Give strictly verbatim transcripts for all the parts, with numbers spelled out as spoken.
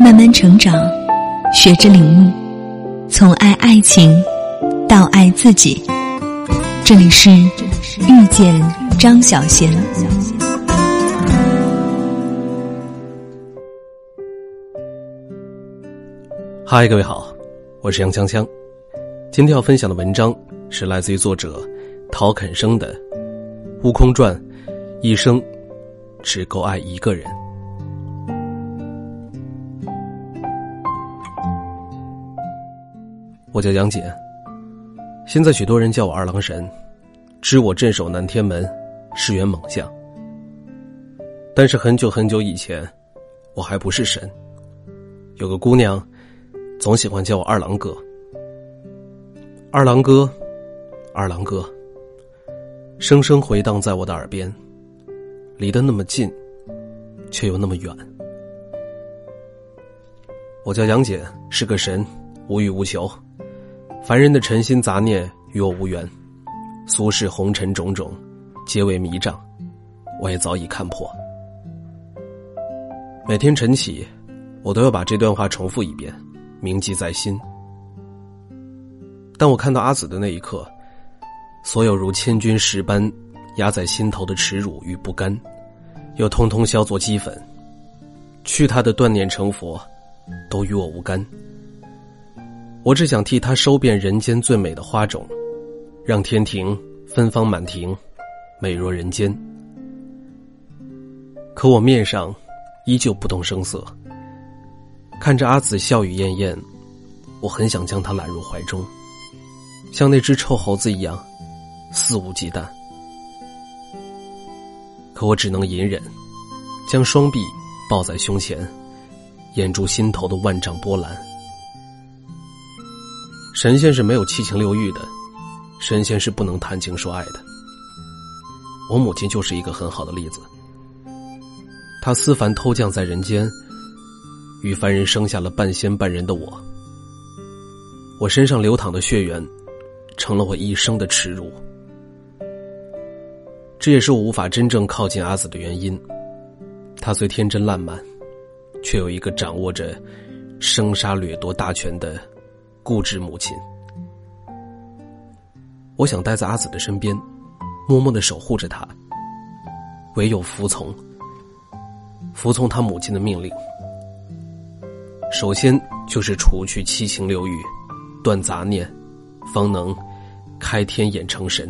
慢慢成长，学着领悟，从爱爱情到爱自己。这里是遇见张小娴。 嗨，各位好，我是杨锵锵。今天要分享的文章是来自于作者陶肯生的《悟空传》，一生只够爱一个人。我叫杨姐，现在许多人叫我二郎神，知我镇守南天门，是员猛将。但是很久很久以前，我还不是神，有个姑娘总喜欢叫我二郎哥。二郎哥，二郎哥，声声回荡在我的耳边，离得那么近，却又那么远。我叫杨姐，是个神，无欲无求，凡人的尘心杂念与我无缘，俗世红尘种种皆为迷障，我也早已看破。每天晨起，我都要把这段话重复一遍，铭记在心。当我看到阿紫的那一刻，所有如千钧石般压在心头的耻辱与不甘，又通通消作齑粉。去他的断念成佛，都与我无干。我只想替他收遍人间最美的花种，让天庭芬芳满庭，美若人间。可我面上依旧不动声色，看着阿紫笑语晏晏，我很想将她揽入怀中，像那只臭猴子一样肆无忌惮。可我只能隐忍，将双臂抱在胸前，掩住心头的万丈波澜。神仙是没有七情六欲的，神仙是不能谈情说爱的。我母亲就是一个很好的例子。她思凡偷降在人间，与凡人生下了半仙半人的我。我身上流淌的血缘成了我一生的耻辱。这也是我无法真正靠近阿紫的原因。她虽天真烂漫，却有一个掌握着生杀掠夺大权的固执母亲。我想待在阿紫的身边，默默地守护着她，唯有服从服从她母亲的命令。首先就是除去七情六欲，断杂念，方能开天眼成神。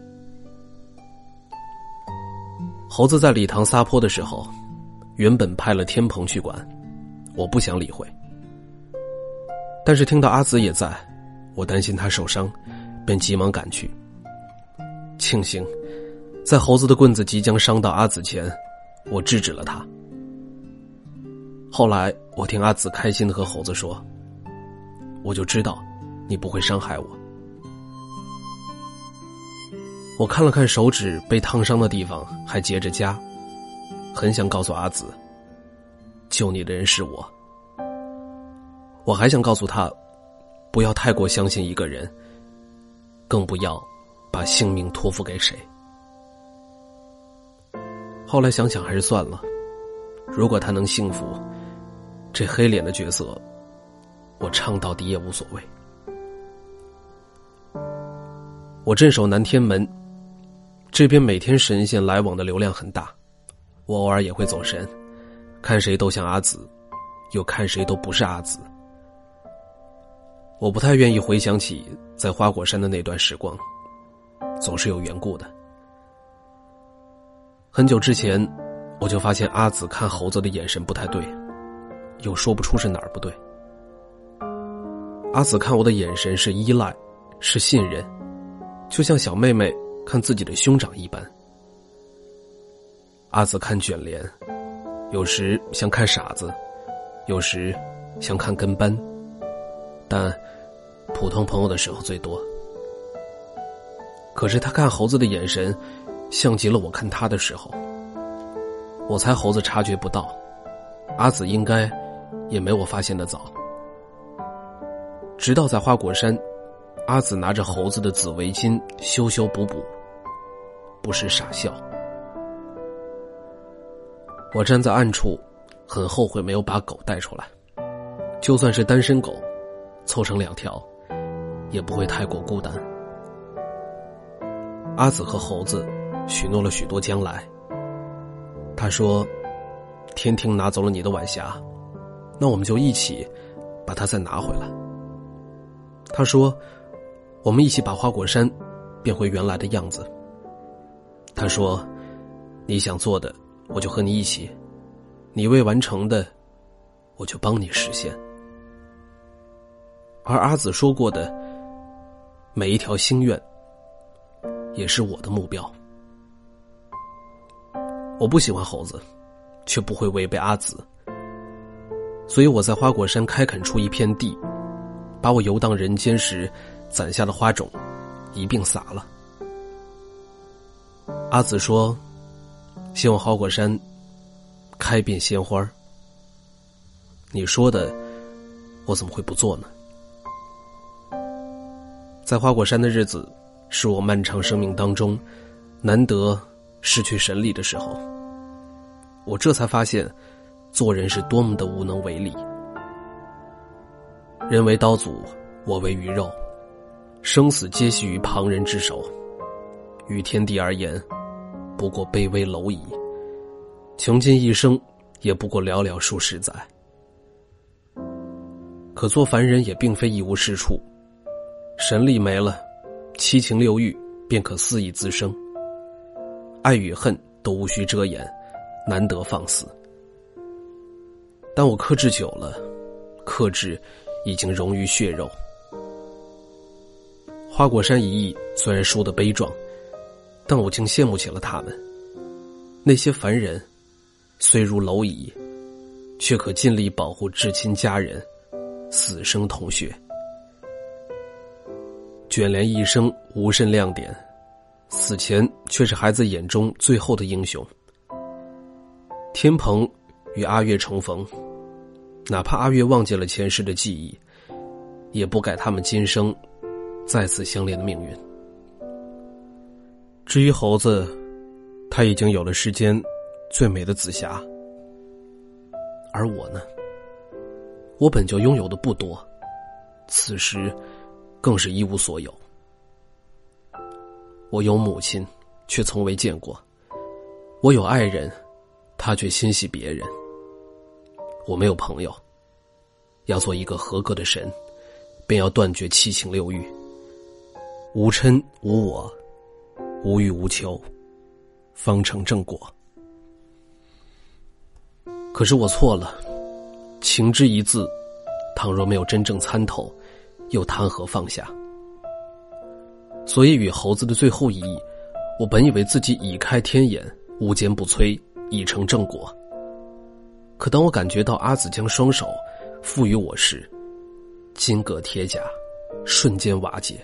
猴子在礼堂撒泼的时候，原本派了天蓬去管，我不想理会。但是听到阿紫也在，我担心他受伤，便急忙赶去。庆幸在猴子的棍子即将伤到阿紫前，我制止了他。后来我听阿紫开心地和猴子说，我就知道你不会伤害我。我看了看手指被烫伤的地方还结着痂，很想告诉阿紫，救你的人是我。我还想告诉他，不要太过相信一个人，更不要把性命托付给谁。后来想想还是算了，如果他能幸福，这黑脸的角色我唱到底也无所谓。我镇守南天门，这边每天神仙来往的流量很大，我偶尔也会走神，看谁都像阿紫，又看谁都不是阿紫。我不太愿意回想起在花果山的那段时光，总是有缘故的。很久之前，我就发现阿紫看猴子的眼神不太对，又说不出是哪儿不对。阿紫看我的眼神是依赖，是信任，就像小妹妹看自己的兄长一般。阿紫看卷帘，有时像看傻子，有时像看跟班，但普通朋友的时候最多。可是他看猴子的眼神像极了我看他的时候。我猜猴子察觉不到，阿紫应该也没我发现的早。直到在花果山，阿紫拿着猴子的紫围巾修修补补，不时傻笑。我站在暗处，很后悔没有把狗带出来。 就算是单身狗，凑成两条，也不会太过孤单。阿紫和猴子许诺了许多将来。他说，天庭拿走了你的晚霞，那我们就一起把它再拿回来。他说，我们一起把花果山变回原来的样子。他说，你想做的我就和你一起，你未完成的我就帮你实现。而阿紫说过的每一条心愿也是我的目标。我不喜欢猴子，却不会违背阿紫，所以我在花果山开垦出一片地，把我游荡人间时攒下的花种一并撒了。阿紫说，希望花果山开遍鲜花。你说的，我怎么会不做呢？在花果山的日子，是我漫长生命当中难得失去神力的时候。我这才发现，做人是多么的无能为力。人为刀俎，我为鱼肉，生死皆系于旁人之手。于天地而言，不过卑微蝼蚁，穷尽一生，也不过寥寥数十载。可做凡人也并非一无是处，神力没了，七情六欲便可肆意滋生，爱与恨都无需遮掩，难得放肆。但我克制久了，克制已经融于血肉。花果山一役虽然输得悲壮，但我竟羡慕起了他们。那些凡人虽如蝼蚁，却可尽力保护至亲家人，死生同穴，卷帘一生无甚亮点，死前却是孩子眼中最后的英雄。天蓬与阿月重逢，哪怕阿月忘记了前世的记忆，也不改他们今生再次相恋的命运。至于猴子，他已经有了世间最美的紫霞，而我呢，我本就拥有的不多，此时更是一无所有。我有母亲，却从未见过；我有爱人，他却心系别人。我没有朋友，要做一个合格的神，便要断绝七情六欲，无嗔无我，无欲无求，方成正果。可是我错了，情之一字，倘若没有真正参透，又谈何放下？所以与猴子的最后一役，我本以为自己已开天眼，无坚不摧，已成正果。可当我感觉到阿紫将双手赋予我时，金戈铁甲瞬间瓦解。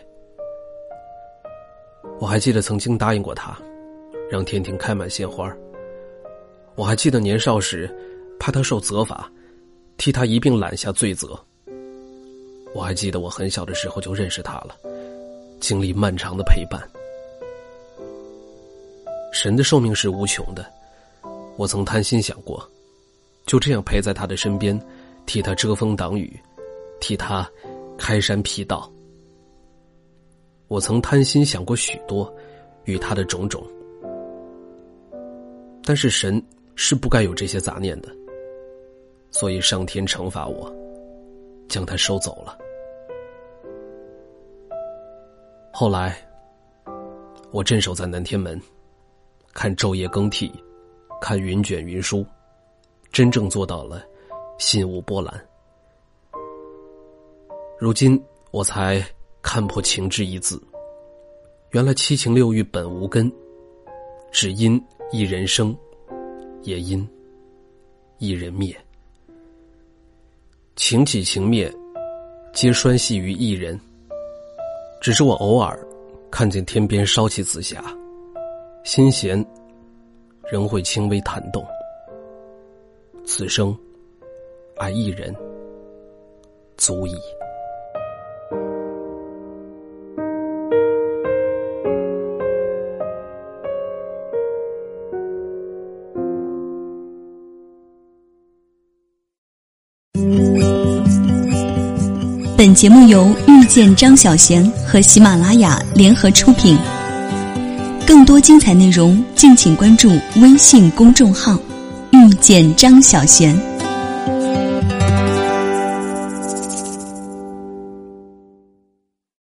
我还记得曾经答应过他，让天庭开满鲜花。我还记得年少时怕他受责罚，替他一并揽下罪责。我还记得我很小的时候就认识他了，经历漫长的陪伴。神的寿命是无穷的，我曾贪心想过，就这样陪在他的身边，替他遮风挡雨，替他开山辟道。我曾贪心想过许多与他的种种，但是神是不该有这些杂念的，所以上天惩罚我，将他收走了。后来我镇守在南天门，看昼夜更替，看云卷云舒，真正做到了心无波澜。如今我才看破情之一字，原来七情六欲本无根，只因一人生，也因一人灭。情起情灭，皆拴系于一人。只是我偶尔看见天边烧起紫霞，心弦仍会轻微弹动。此生爱一人足矣。 本节目由遇见张小娴和喜马拉雅联合出品。更多精彩内容，敬请关注微信公众号“遇见张小娴”。